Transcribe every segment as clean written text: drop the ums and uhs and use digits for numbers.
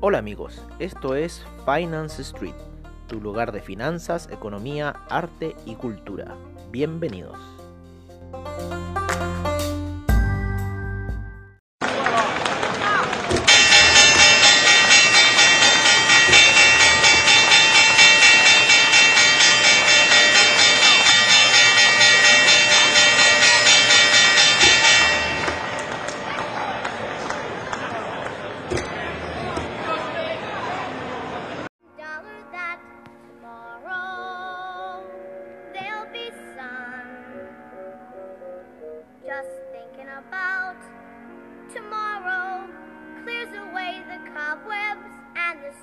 Hola amigos, esto es Finance Street, tu lugar de finanzas, economía, arte y cultura. Bienvenidos. Just thinking about tomorrow clears away the cobwebs and the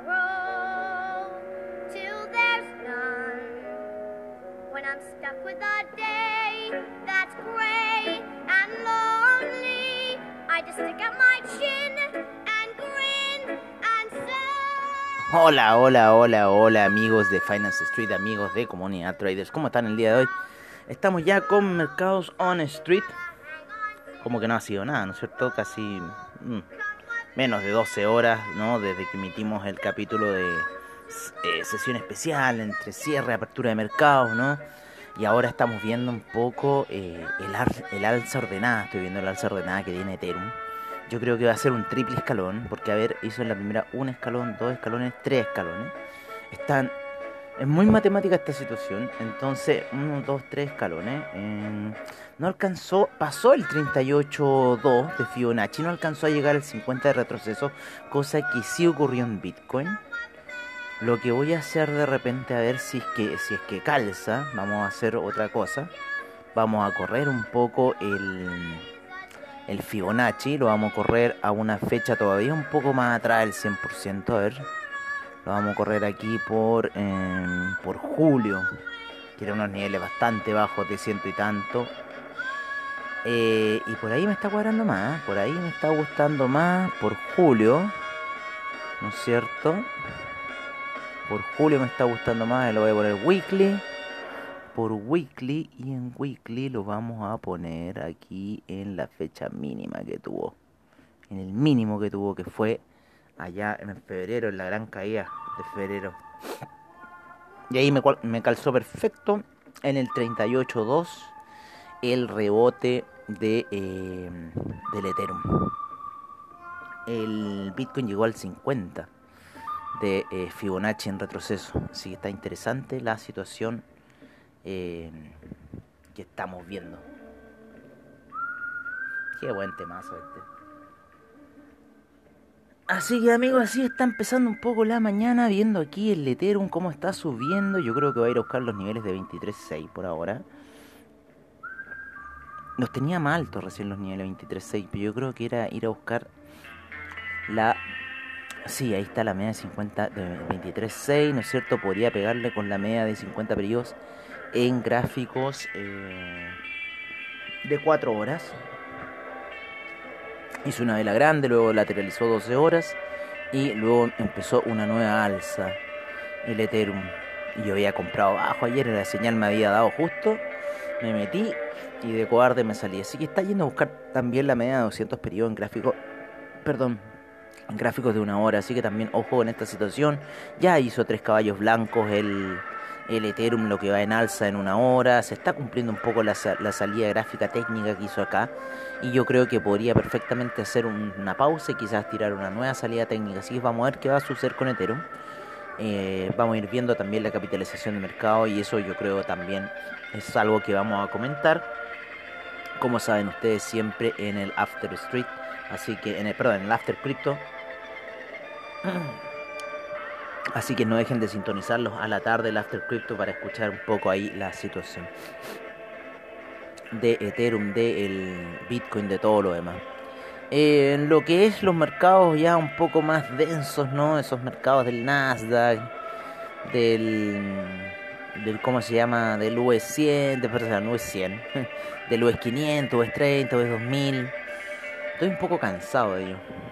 sorrow till there's none. When I'm stuck with a day that's gray and lonely, I just stick out my chin and grin and say... Hola amigos de Finance Street, amigos de Comunidad Traders. ¿Cómo están el día de hoy? Estamos ya con Mercados on Street. Como que no ha sido nada, ¿no es cierto? Casi menos de 12 horas, ¿no? Desde que emitimos el capítulo de sesión especial entre cierre y apertura de mercados, ¿no? Y ahora estamos viendo un poco el alza ordenada. Estoy viendo el alza ordenada que tiene Ethereum. Yo creo que va a ser un triple escalón, porque a ver, hizo en la primera un escalón, dos escalones, tres escalones. Es muy matemática esta situación. Entonces, 1, 2, 3 escalones. No alcanzó, pasó el 38.2 de Fibonacci, no alcanzó a llegar al 50 de retroceso, cosa que sí ocurrió en Bitcoin. Lo que voy a hacer de repente, a ver si es que calza, vamos a hacer otra cosa. Vamos a correr un poco el Fibonacci, lo vamos a correr a una fecha todavía un poco más atrás del 100%, a ver. Lo vamos a correr aquí por julio, que eran unos niveles bastante bajos de ciento y tanto. Y por ahí me está cuadrando más, por ahí me está gustando más por julio, ¿no es cierto? Por julio me está gustando más, lo voy a poner weekly, por weekly, y en weekly lo vamos a poner aquí en la fecha mínima que tuvo, en el mínimo que tuvo, que fue allá en febrero, en la gran caída de febrero. Y ahí me calzó perfecto en el 38.2 el rebote del Ethereum. El Bitcoin llegó al 50 de Fibonacci en retroceso. Así que está interesante la situación que estamos viendo. Qué buen temazo este. Así que amigos, así está empezando un poco la mañana, viendo aquí el Ethereum cómo está subiendo. Yo creo que va a ir a buscar los niveles de 23.6 por ahora. Los tenía más altos recién los niveles 23.6, pero yo creo que era ir a buscar la... Sí, ahí está la media de 50 de 23.6, ¿no es cierto? Podría pegarle con la media de 50 periodos en gráficos de 4 horas. Hizo una vela grande, luego lateralizó 12 horas y luego empezó una nueva alza el Ethereum. Y yo había comprado abajo ayer, la señal me había dado justo, me metí y de cobarde me salí. Así que está yendo a buscar también la media de 200 periodos en gráficos, en gráficos de una hora. Así que también ojo en esta situación. Ya hizo 3 caballos blancos el Ethereum, lo que va en alza en una hora. Se está cumpliendo un poco la salida gráfica técnica que hizo acá. Y yo creo que podría perfectamente hacer una pausa y quizás tirar una nueva salida técnica. Así que vamos a ver qué va a suceder con Ethereum. Vamos a ir viendo también la capitalización de mercado, y eso yo creo también es algo que vamos a comentar, como saben ustedes, siempre en el After Street. Así que en el After Crypto. Así que no dejen de sintonizarlos a la tarde, el After Crypto, para escuchar un poco ahí la situación de Ethereum, de el Bitcoin, de todo lo demás. En lo que es los mercados ya un poco más densos, ¿no? Esos mercados del Nasdaq, del ¿cómo se llama? Del US100, perdón, US100, del US500, US30, US2000. Estoy un poco cansado de ello.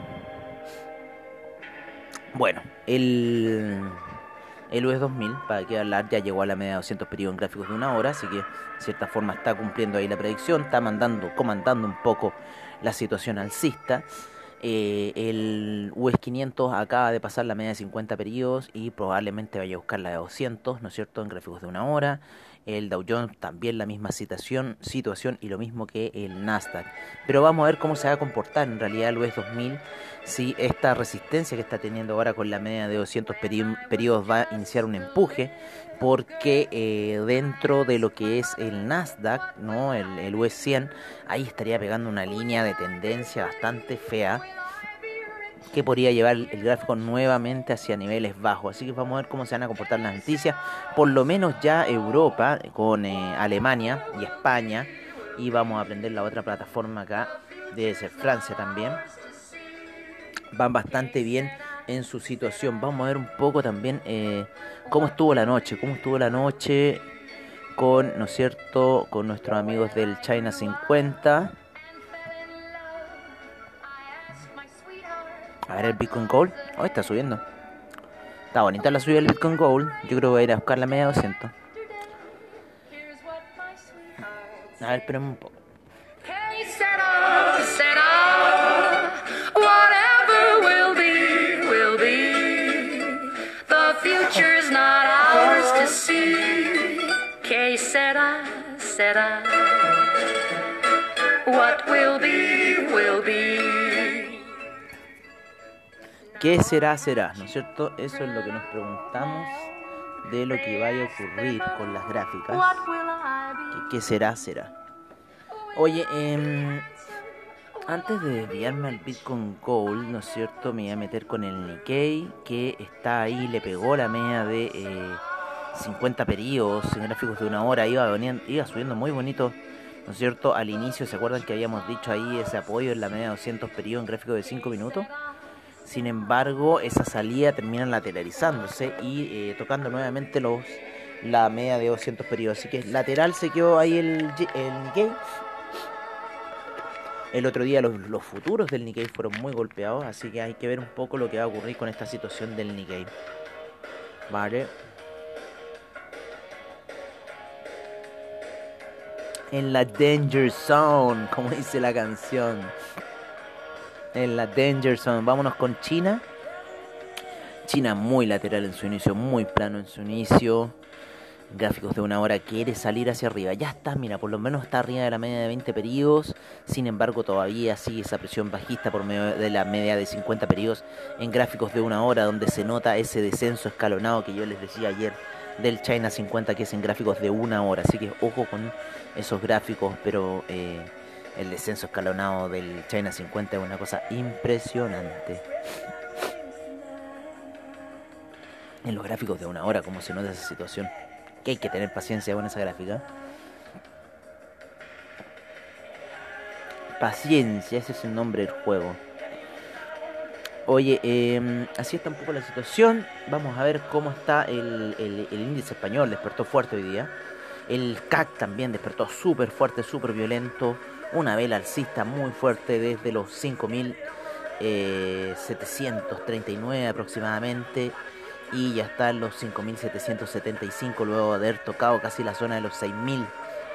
Bueno, el US2000, para que hablar, ya llegó a la media de 200 periodos en gráficos de una hora, así que de cierta forma está cumpliendo ahí la predicción, está comandando un poco la situación alcista. El US 500 acaba de pasar la media de 50 periodos y probablemente vaya a buscar la de 200, ¿no es cierto?, en gráficos de una hora. El Dow Jones también la misma situación y lo mismo que el Nasdaq. Pero vamos a ver cómo se va a comportar en realidad el US 2000, si esta resistencia que está teniendo ahora con la media de 200 periodos va a iniciar un empuje, porque dentro de lo que es el Nasdaq, ¿no?, el US 100, ahí estaría pegando una línea de tendencia bastante fea que podría llevar el gráfico nuevamente hacia niveles bajos. Así que vamos a ver cómo se van a comportar las noticias. Por lo menos ya Europa con Alemania y España, y vamos a aprender la otra plataforma acá, debe ser Francia también, van bastante bien en su situación. Vamos a ver un poco también cómo estuvo la noche con, ¿no es cierto?, con nuestros amigos del China 50. A ver el Bitcoin Gold. Oh, está subiendo. Está bonita la subida del Bitcoin Gold. Yo creo que voy a ir a buscar la media 200. A ver, espérame un poco. Será. What will be, will be. ¿Qué será, será? ¿No es cierto? Eso es lo que nos preguntamos de lo que vaya a ocurrir con las gráficas. ¿Qué será, será? Oye, antes de desviarme al Bitcoin Gold, ¿no es cierto?, me voy a meter con el Nikkei, que está ahí, le pegó la media de 50 periodos en gráficos de una hora, iba subiendo muy bonito, ¿no es cierto? Al inicio, ¿se acuerdan que habíamos dicho ahí ese apoyo en la media de 200 periodos en gráficos de 5 minutos? Sin embargo, esa salida termina lateralizándose y tocando nuevamente la media de 200 periodos. Así que lateral se quedó ahí el Nikkei. El otro día los futuros del Nikkei fueron muy golpeados, así que hay que ver un poco lo que va a ocurrir con esta situación del Nikkei. Vale. En la Danger Zone, como dice la canción. En la Danger Zone. Vámonos con China. China muy lateral en su inicio, muy plano en su inicio. Gráficos de una hora, quiere salir hacia arriba. Ya está, mira, por lo menos está arriba de la media de 20 periodos. Sin embargo, todavía sigue esa presión bajista por medio de la media de 50 periodos en gráficos de una hora, donde se nota ese descenso escalonado que yo les decía ayer del China 50, que es en gráficos de una hora. Así que ojo con esos gráficos, pero el descenso escalonado del China 50 es una cosa impresionante. En los gráficos de una hora, cómo se nota esa situación. Que hay que tener paciencia con esa gráfica. Paciencia, ese es el nombre del juego. Oye, así está un poco la situación. Vamos a ver cómo está el índice español. Despertó fuerte hoy día. El CAC también despertó súper fuerte, súper violento. Una vela alcista muy fuerte desde los 5.739 aproximadamente. Y ya está en los 5.775 luego de haber tocado casi la zona de los 6.000.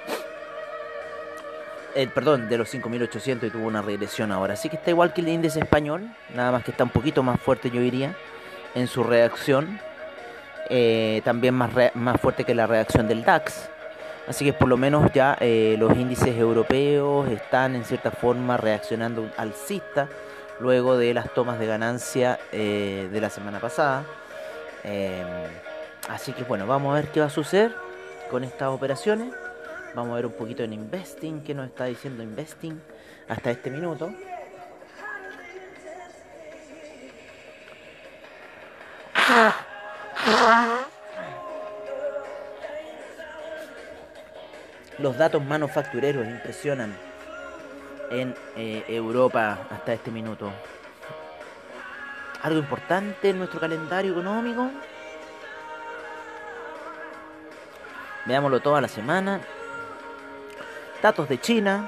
De los 5.800, y tuvo una regresión ahora. Así que está igual que el índice español, nada más que está un poquito más fuerte, yo diría, en su reacción. También más fuerte que la reacción del DAX. Así que por lo menos ya los índices europeos están en cierta forma reaccionando alcista luego de las tomas de ganancia de la semana pasada. Así que bueno, vamos a ver qué va a suceder con estas operaciones. Vamos a ver un poquito en Investing, qué nos está diciendo Investing hasta este minuto. Los datos manufactureros impresionan en Europa hasta este minuto. Algo importante en nuestro calendario económico. Veámoslo toda la semana. Datos de China.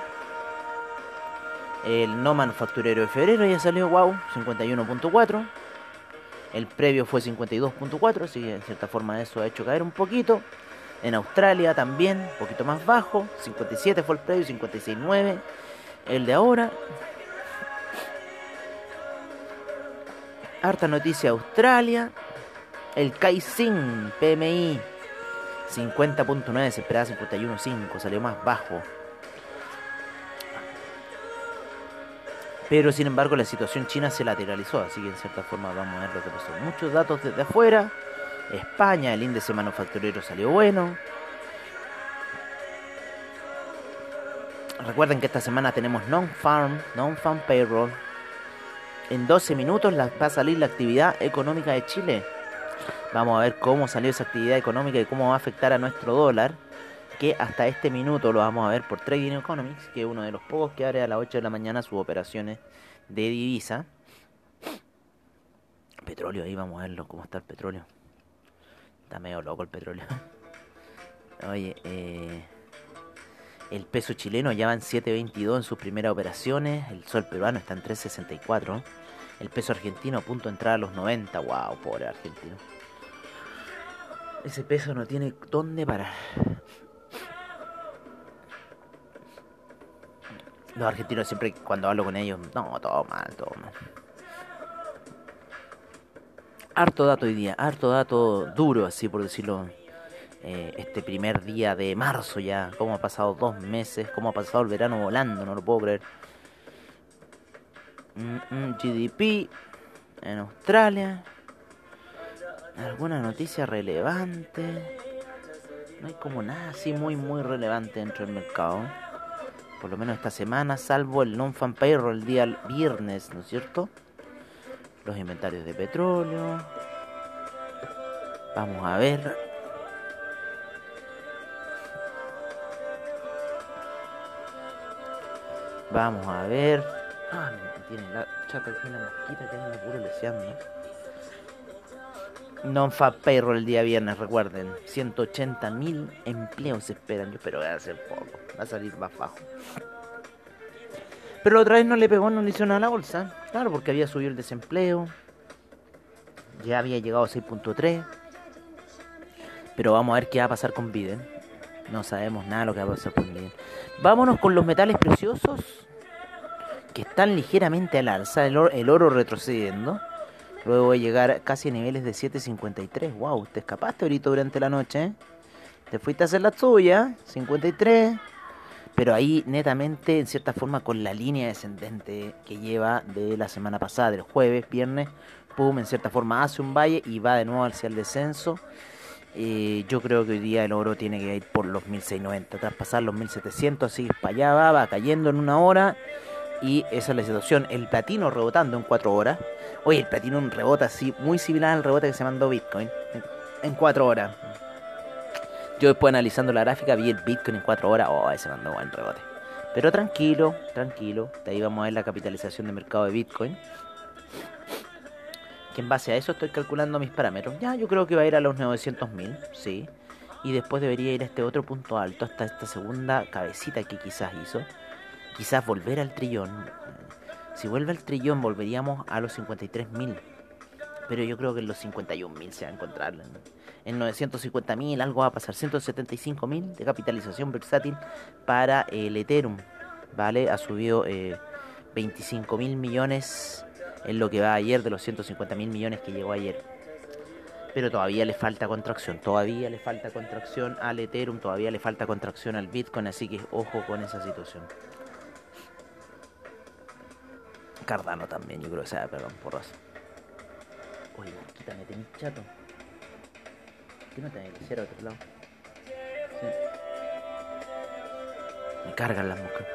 El no manufacturero de febrero ya salió, wow, 51.4. El previo fue 52.4, así que en cierta forma eso ha hecho caer un poquito. En Australia también, un poquito más bajo. 57 fue el previo, 56.9 el de ahora. Harta noticia Australia. El Caixin PMI 50.9, se esperaba 51.5, salió más bajo. Pero sin embargo la situación china se lateralizó, así que en cierta forma vamos a ver lo que pasó. Muchos datos desde afuera. España, el índice manufacturero salió bueno. Recuerden que esta semana tenemos non-farm payroll. En 12 minutos va a salir la actividad económica de Chile. Vamos a ver cómo salió esa actividad económica y cómo va a afectar a nuestro dólar, que hasta este minuto lo vamos a ver por Trading Economics, que es uno de los pocos que abre a las 8 de la mañana sus operaciones de divisa. Petróleo, ahí vamos a verlo, cómo está el petróleo. Está medio loco el petróleo. Oye, el peso chileno ya va en 7.22 en sus primeras operaciones. El sol peruano está en 3.64. El peso argentino a punto de entrar a los 90. Wow, pobre argentino. Ese peso no tiene dónde parar. Los argentinos siempre cuando hablo con ellos, no, todo mal, todo mal. Harto dato hoy día, harto dato duro, así por decirlo. Este primer día de marzo ya, cómo ha pasado 2 meses, cómo ha pasado el verano volando, no lo puedo creer. GDP en Australia. ¿Alguna noticia relevante? No hay como nada así muy relevante dentro del mercado. Por lo menos esta semana, salvo el non-farm payroll el día viernes, ¿no es cierto? Los inventarios de petróleo. Vamos a ver. Vamos a ver. Ah, me tiene la chata aquí la mosquita que anda puro leseando. Non-farm payroll el día viernes, recuerden. 180.000 empleos se esperan. Yo espero que va a ser poco. Va a salir más bajo. Pero otra vez no le pegó, no le hizo nada a la bolsa. Claro, porque había subido el desempleo. Ya había llegado a 6.3. Pero vamos a ver qué va a pasar con Biden. No sabemos nada de lo que va a pasar con Biden. Vámonos con los metales preciosos, que están ligeramente al alza. El oro retrocediendo. Luego de llegar casi a niveles de 7.53. Wow, te escapaste ahorita durante la noche, ¿eh? Te fuiste a hacer la tuya. 53. Pero ahí netamente, en cierta forma, con la línea descendente que lleva de la semana pasada, del jueves, viernes. Pum, en cierta forma hace un valle y va de nuevo hacia el descenso. Yo creo que hoy día el oro tiene que ir por los 1690. Tras pasar los 1700, así para allá va cayendo en una hora. Y esa es la situación. El platino rebotando en 4 horas. Oye, el platino rebota así, muy similar al rebote que se mandó Bitcoin en 4 horas. Yo después analizando la gráfica vi el Bitcoin en 4 horas. Oh, ese mandó buen rebote. Pero tranquilo. De ahí vamos a ver la capitalización de mercado de Bitcoin. Que en base a eso estoy calculando mis parámetros. Ya, yo creo que va a ir a los 900.000, sí. Y después debería ir a este otro punto alto, hasta esta segunda cabecita que quizás hizo. Quizás volver al trillón. Si vuelve al trillón volveríamos a los 53.000. Pero yo creo que en los 51.000 se va a encontrar. En 950.000 algo va a pasar. 175.000 de capitalización versátil para el Ethereum. ¿Vale? Ha subido 25.000 millones en lo que va ayer de los 150.000 millones que llegó ayer. Pero todavía le falta contracción. Todavía le falta contracción al Ethereum. Todavía le falta contracción al Bitcoin. Así que ojo con esa situación. Cardano también, yo creo que sea, perdón, por razón. Oye, quítame, tenés chato. ¿Qué no tenés que hacer a otro lado? Sí. Me cargan las moscas.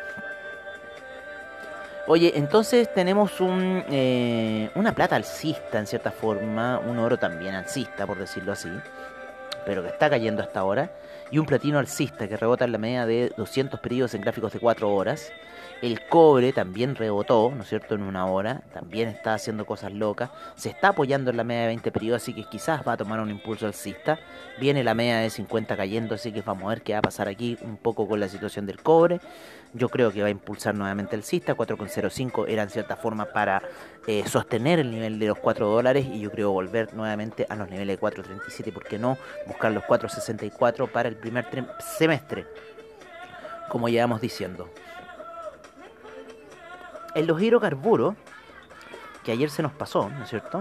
Oye, entonces tenemos una plata alcista en cierta forma, un oro también alcista, por decirlo así, pero que está cayendo hasta ahora, y un platino alcista que rebota en la media de 200 periodos en gráficos de 4 horas. El cobre también rebotó, ¿no es cierto?, en 1 hora, también está haciendo cosas locas, se está apoyando en la media de 20 periodos, así que quizás va a tomar un impulso alcista. Viene la media de 50 cayendo, así que vamos a ver qué va a pasar aquí un poco con la situación del cobre. Yo creo que va a impulsar nuevamente alcista. 4,05 era en cierta forma para sostener el nivel de los $4, y yo creo volver nuevamente a los niveles de 4,37, ¿por qué no buscar los 4,64 para el primer semestre, como llevamos diciendo? En los hidrocarburos, que ayer se nos pasó, ¿no es cierto?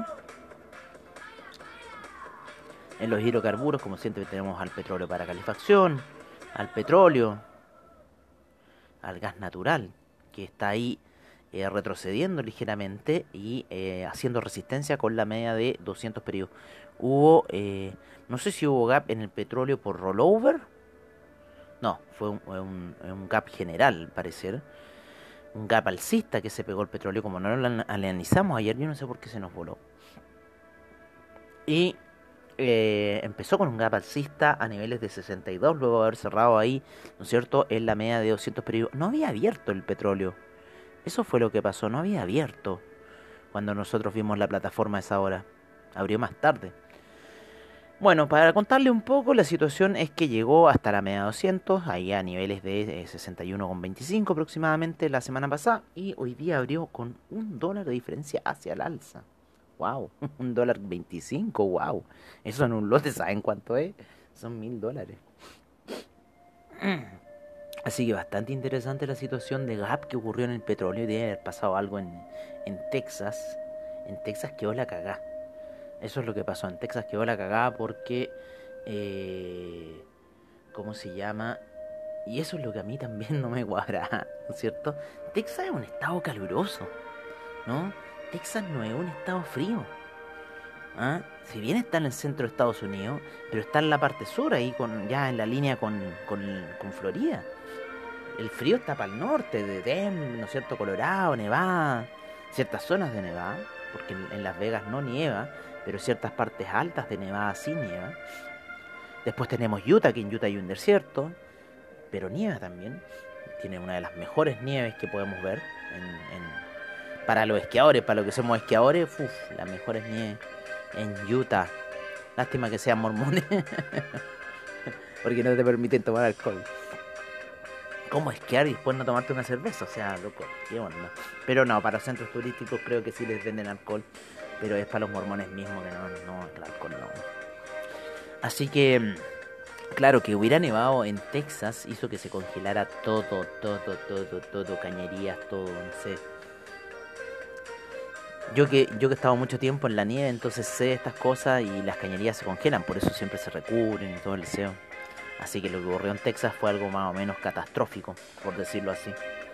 En los hidrocarburos, como siempre, tenemos al petróleo para calefacción, al petróleo, al gas natural, que está ahí retrocediendo ligeramente y haciendo resistencia con la media de 200 periodos. Hubo, no sé si hubo gap en el petróleo por rollover. No, fue un gap general, al parecer. Un gap alcista que se pegó el petróleo, como no lo analizamos ayer, yo no sé por qué se nos voló. Y empezó con un gap alcista a niveles de 62, luego de haber cerrado ahí, ¿no es cierto?, en la media de 200 periodos. No había abierto el petróleo. Eso fue lo que pasó, no había abierto cuando nosotros vimos la plataforma a esa hora. Abrió más tarde. Bueno, para contarle un poco, la situación es que llegó hasta la media 200, ahí a niveles de 61,25 aproximadamente la semana pasada, y hoy día abrió con $1 de diferencia hacia el alza. Wow, $1.25, wow. Eso en un lote, ¿saben cuánto es? Son $1.000. Así que bastante interesante la situación de gap que ocurrió en el petróleo. Y debe haber pasado algo en Texas. En Texas quedó la cagá. Eso es lo que pasó. En Texas quedó la cagá porque... ¿cómo se llama? Y eso es lo que a mí también no me cuadra, ¿no es cierto? Texas es un estado caluroso, ¿no? Texas no es un estado frío. ¿Ah? Si bien está en el centro de Estados Unidos, pero está en la parte sur, ahí ya en la línea con Florida. El frío está para el norte, de Denver, ¿no es cierto? Colorado, Nevada, ciertas zonas de Nevada, porque en Las Vegas no nieva, pero ciertas partes altas de Nevada sí nieva. Después tenemos Utah, que en Utah hay un desierto, pero nieva también. Tiene una de las mejores nieves que podemos ver para los esquiadores, para los que somos esquiadores, las mejores nieves en Utah. Lástima que sean mormones, porque no te permiten tomar alcohol. ¿Cómo esquiar y después no tomarte una cerveza? O sea, loco, qué onda. Pero no, para los centros turísticos creo que sí les venden alcohol, pero es para los mormones mismos que no, el alcohol no. Así que, claro, que hubiera nevado en Texas hizo que se congelara todo, cañerías, todo, no sé. Yo que he estado mucho tiempo en la nieve, entonces sé estas cosas y las cañerías se congelan, por eso siempre se recubren y todo el deseo. Así que lo que ocurrió en Texas fue algo más o menos catastrófico, por decirlo así.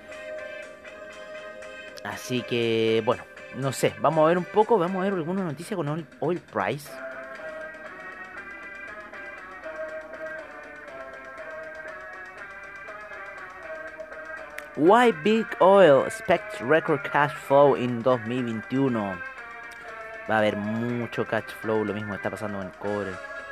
Así que, bueno, no sé, vamos a ver un poco, vamos a ver alguna noticia con oil price. Why Big Oil expects record cash flow in 2021. Va a haber mucho cash flow, lo mismo que está pasando con el cobre.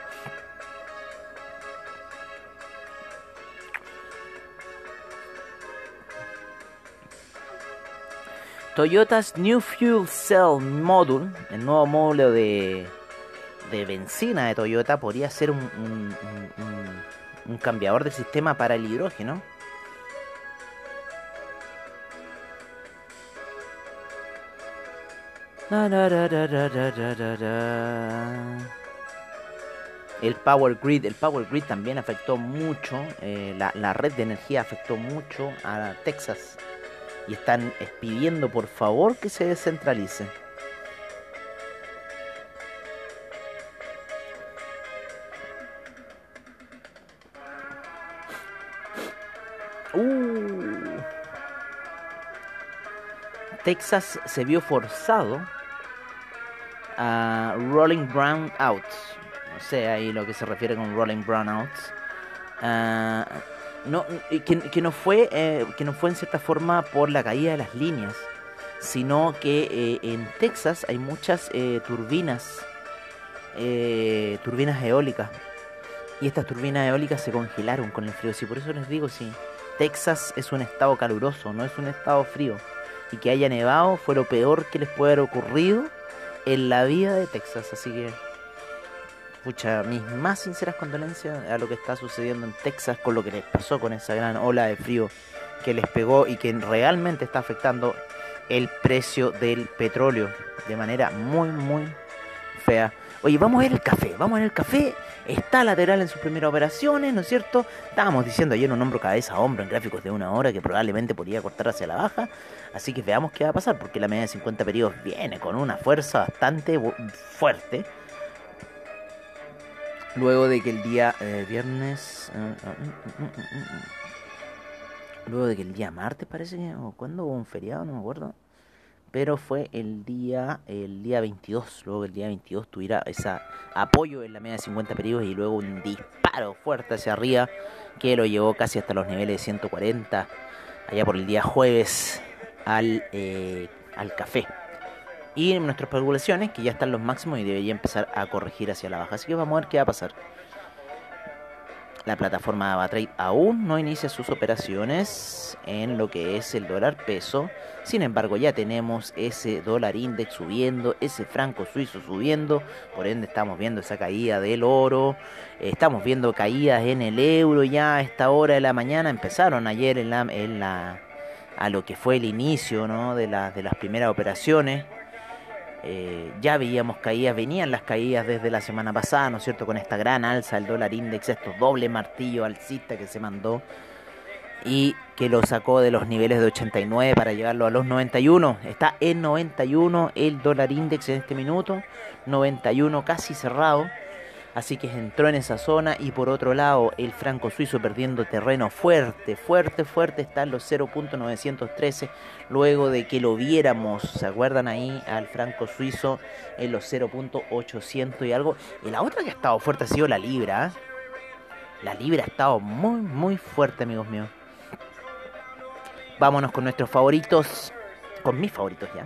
Toyota's New Fuel Cell Module, el nuevo módulo de benzina de Toyota, podría ser un cambiador del sistema para el hidrógeno. El Power Grid también afectó mucho, la red de energía afectó mucho a Texas. Y están pidiendo por favor que se descentralice. Texas se vio forzado a rolling brownouts. No sé ahí lo que se refiere con rolling brownouts. Que no fue en cierta forma por la caída de las líneas, sino que en Texas hay muchas turbinas eólicas, y estas turbinas eólicas se congelaron con el frío. Sí, por eso les digo, sí, Texas es un estado caluroso, no es un estado frío, y que haya nevado fue lo peor que les puede haber ocurrido en la vida de Texas. Así que pucha, mis más sinceras condolencias a lo que está sucediendo en Texas con lo que les pasó con esa gran ola de frío que les pegó y que realmente está afectando el precio del petróleo de manera muy, muy fea. fea. Oye, vamos a ver el café, vamos a ver el café. Está lateral en sus primeras operaciones, ¿no es cierto? Estábamos diciendo ayer un hombro cabeza a hombro en gráficos de 1 hora que probablemente podría cortar hacia la baja. Así que veamos qué va a pasar, porque la media de 50 periodos viene con una fuerza bastante fuerte. Luego de que el día viernes... luego de que el día martes parece que... o cuando hubo un feriado, no me acuerdo. Pero fue el día 22. Luego que el día 22 tuviera ese apoyo en la media de 50 periodos y luego un disparo fuerte hacia arriba que lo llevó casi hasta los niveles de 140 allá por el día jueves al café. Y en nuestras calculaciones que ya están los máximos y debería empezar a corregir hacia la baja. Así que vamos a ver qué va a pasar. La plataforma AvaTrade aún no inicia sus operaciones en lo que es el dólar peso. Sin embargo, ya tenemos ese dólar index subiendo, ese franco suizo subiendo. Por ende, estamos viendo esa caída del oro. Estamos viendo caídas en el euro ya a esta hora de la mañana. Empezaron ayer a lo que fue el inicio, ¿no?, de las primeras operaciones. Ya veíamos caídas, venían las caídas desde la semana pasada, ¿no es cierto?, con esta gran alza del dólar index, estos doble martillo alcista que se mandó y que lo sacó de los niveles de 89 para llevarlo a los 91. Está en 91 el dólar index en este minuto, 91 casi cerrado. Así que entró en esa zona. Y por otro lado, el franco suizo perdiendo terreno fuerte. Está en los 0.913. Luego de que lo viéramos, ¿se acuerdan ahí? Al franco suizo en los 0.800 y algo. Y la otra que ha estado fuerte ha sido la libra, ¿eh? La libra ha estado muy fuerte, amigos míos. Vámonos con nuestros favoritos. Con mis favoritos ya.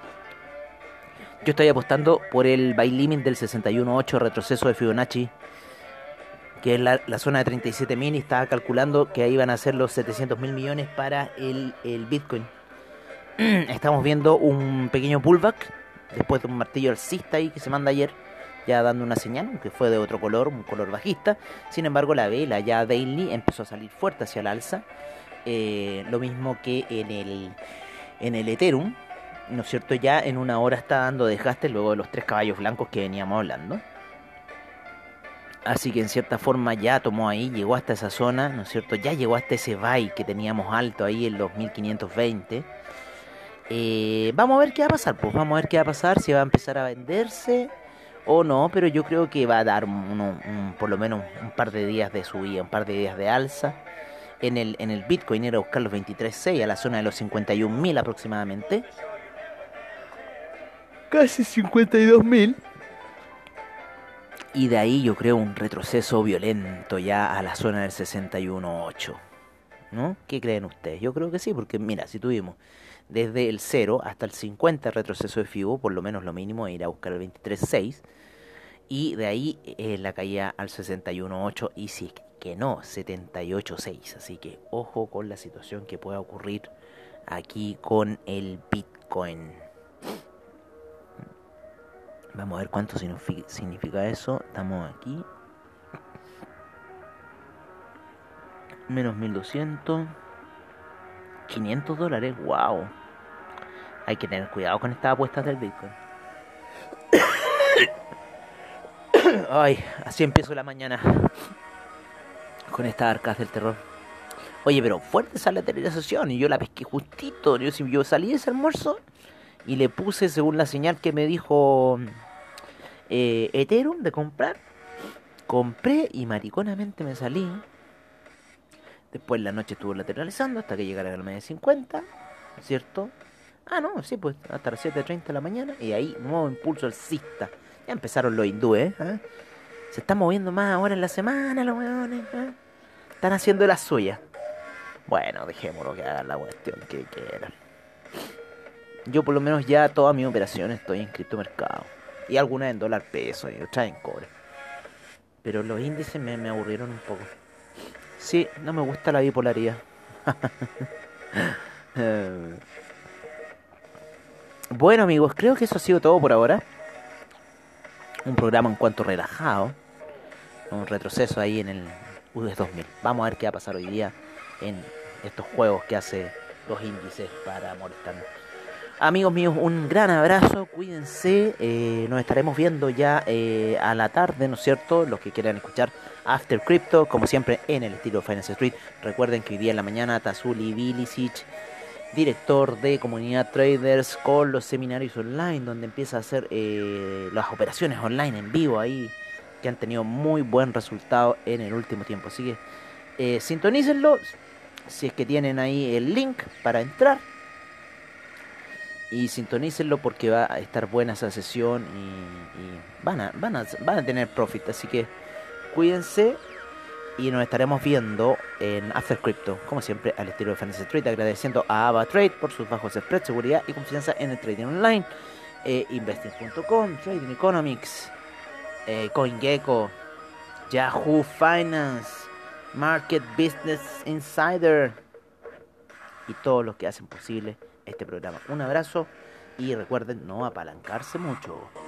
Yo estoy apostando por el buy limit del 61.8 retroceso de Fibonacci, que es la zona de 37.000, y estaba calculando que ahí van a ser los 700.000 millones para el Bitcoin. Estamos viendo un pequeño pullback después de un martillo alcista ahí que se manda ayer, ya dando una señal, que fue de otro color, un color bajista. Sin embargo, la vela ya daily empezó a salir fuerte hacia el alza, lo mismo que en el Ethereum, ¿no es cierto? Ya en 1 hora está dando desgaste luego de los 3 caballos blancos que veníamos hablando. Así que en cierta forma ya tomó ahí, llegó hasta esa zona, ¿no es cierto? Ya llegó hasta ese buy que teníamos alto ahí en los 1520. Vamos a ver qué va a pasar, pues vamos a ver qué va a pasar, si va a empezar a venderse o no, pero yo creo que va a dar por lo menos un par de días de subida, un par de días de alza. En el Bitcoin era buscar los 23.6 a la zona de los 51.000 aproximadamente. Casi 52.000. Y de ahí yo creo un retroceso violento ya a la zona del 61.8, ¿no? ¿Qué creen ustedes? Yo creo que sí, porque mira, si tuvimos desde el 0 hasta el 50 retroceso de FIBO, por lo menos lo mínimo es ir a buscar el 23.6. Y de ahí la caída al 61.8 y si es que no, 78.6. Así que ojo con la situación que pueda ocurrir aquí con el Bitcoin. Vamos a ver cuánto significa eso. Estamos aquí. Menos 1.200. $500. Wow. Hay que tener cuidado con estas apuestas del Bitcoin. Ay, así empiezo la mañana. Con estas arcas del terror. Oye, pero fuerte esa lateralización. Y yo la pesqué justito. Yo salí de ese almuerzo y le puse según la señal que me dijo Ethereum de comprar. Compré y mariconamente me salí. Después la noche estuvo lateralizando hasta que llegara a la media de 50, ¿cierto? Ah, no, sí, pues hasta las 7:30 de la mañana. Y ahí, nuevo impulso alcista. Ya empezaron los hindúes, ¿eh? Se están moviendo más ahora en la semana los weones, ¿eh? Están haciendo la suya. Bueno, dejémoslo que hagan la cuestión que quieran. Yo por lo menos ya todas mis operaciones estoy en criptomercado. Y algunas en dólar peso y otras en cobre. Pero los índices me aburrieron un poco. Sí, no me gusta la bipolaridad. Bueno amigos, creo que eso ha sido todo por ahora. Un programa un cuanto relajado. Un retroceso ahí en el US 2000. Vamos a ver qué va a pasar hoy día en estos juegos que hace los índices para molestarnos. Amigos míos, un gran abrazo, cuídense, nos estaremos viendo ya a la tarde, ¿no es cierto? Los que quieran escuchar After Crypto, como siempre en el estilo Finance Street. Recuerden que hoy día en la mañana Tazuli Bilicic, director de Comunidad Traders, con los seminarios online, donde empieza a hacer las operaciones online en vivo ahí, que han tenido muy buen resultado en el último tiempo. Así que sintonícenlo, si es que tienen ahí el link para entrar. Y sintonícenlo porque va a estar buena esa sesión y van a tener profit. Así que cuídense y nos estaremos viendo en After Crypto, como siempre, al estilo de Finance Street, agradeciendo a AvaTrade por sus bajos spreads, seguridad y confianza en el trading online, investing.com, Trading Economics, CoinGecko, Yahoo Finance, Market Business Insider y todos los que hacen posible este programa. Un abrazo y recuerden no apalancarse mucho.